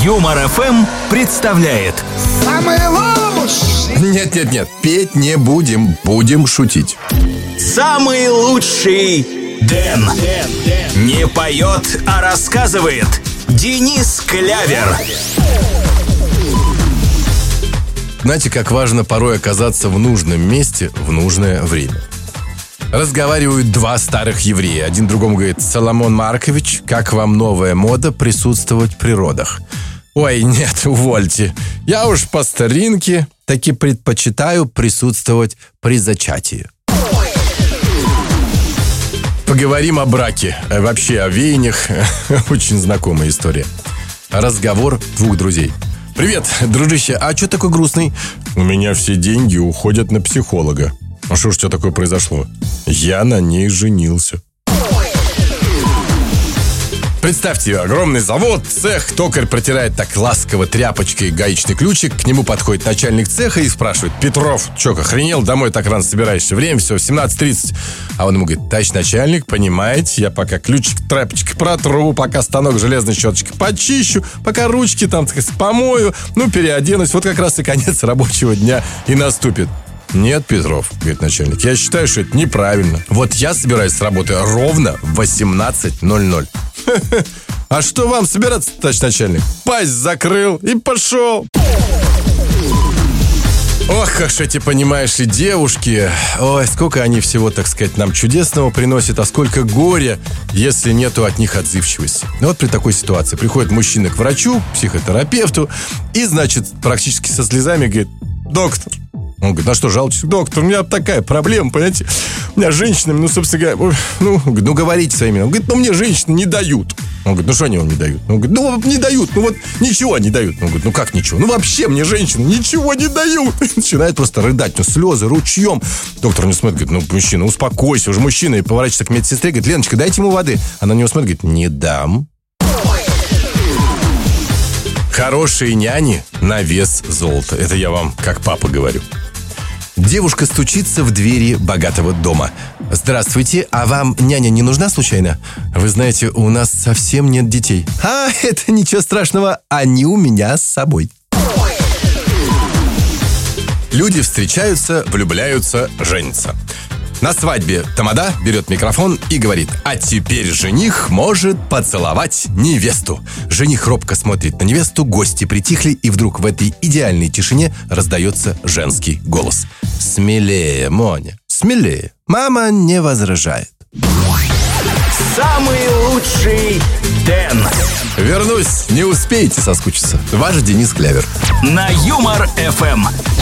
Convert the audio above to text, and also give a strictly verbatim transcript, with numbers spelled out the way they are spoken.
Юмор эф эм представляет. Самый лучший. Нет-нет-нет, петь не будем, будем шутить. Самый лучший Дэн. Не поет, а рассказывает. Денис Клявер. Знаете, как важно порой оказаться в нужном месте в нужное время. Разговаривают два старых еврея. Один другому говорит: Соломон Маркович, как вам новая мода присутствовать при родах? Ой, нет, увольте. Я уж по старинке таки предпочитаю присутствовать при зачатии. Поговорим о браке. Вообще о веяниях. Очень знакомая история. Разговор двух друзей. Привет, дружище, а что такой грустный? У меня все деньги уходят на психолога. А что ж у тебя такое произошло? Я на ней женился. Представьте, огромный завод, цех, токарь протирает так ласково тряпочкой гаечный ключик, к нему подходит начальник цеха и спрашивает: Петров, чё, охренел, домой так рано собираешься? Время все, семнадцать тридцать. А он ему говорит: товарищ начальник, понимаете, я пока ключик тряпочкой протру, пока станок железной щеточкой почищу, пока ручки там, так сказать, помою, ну, переоденусь, вот как раз и конец рабочего дня и наступит. Нет, Петров, говорит начальник, я считаю, что это неправильно. Вот я собираюсь с работы ровно в восемнадцать ноль ноль. А что вам собираться, товарищ начальник? Пасть закрыл и пошел. Ох, как же эти, понимаешь ли, девушки. Ой, сколько они всего, так сказать, нам чудесного приносят, а сколько горя, если нету от них отзывчивости. Ну вот при такой ситуации приходит мужчина к врачу, психотерапевту, и, значит, практически со слезами говорит: доктор. Он говорит: на что жалуетесь? Доктор, у меня такая проблема, понимаете? У меня женщинами, ну, собственно говоря, ну, ну, говорите своими. Он говорит: ну, мне женщины не дают. Он говорит: ну, что они вам не дают? Он говорит: ну, не дают, ну, вот ничего не дают. Он говорит: ну, как ничего? Ну, вообще мне женщины ничего не дают. Начинает просто рыдать, ну, слезы ручьем. Доктор не смотрит, говорит: ну, мужчина, успокойся, уже мужчина. И поворачивается к медсестре, говорит: Леночка, дайте ему воды. Она на него смотрит, говорит: не дам. Хорошие няни на вес золота. Это я вам как папа говорю. Девушка стучится в двери богатого дома. Здравствуйте, а вам няня не нужна случайно? Вы знаете, у нас совсем нет детей. А, это ничего страшного, они у меня с собой. Люди встречаются, влюбляются, женятся. На свадьбе тамада берет микрофон и говорит: а теперь жених может поцеловать невесту. Жених робко смотрит на невесту, гости притихли, и вдруг в этой идеальной тишине раздается женский голос: смелее, Моня, смелее. Мама не возражает. Самый лучший Дэн. Вернусь, не успеете соскучиться. Ваш Денис Клявер. На Юмор эф эм.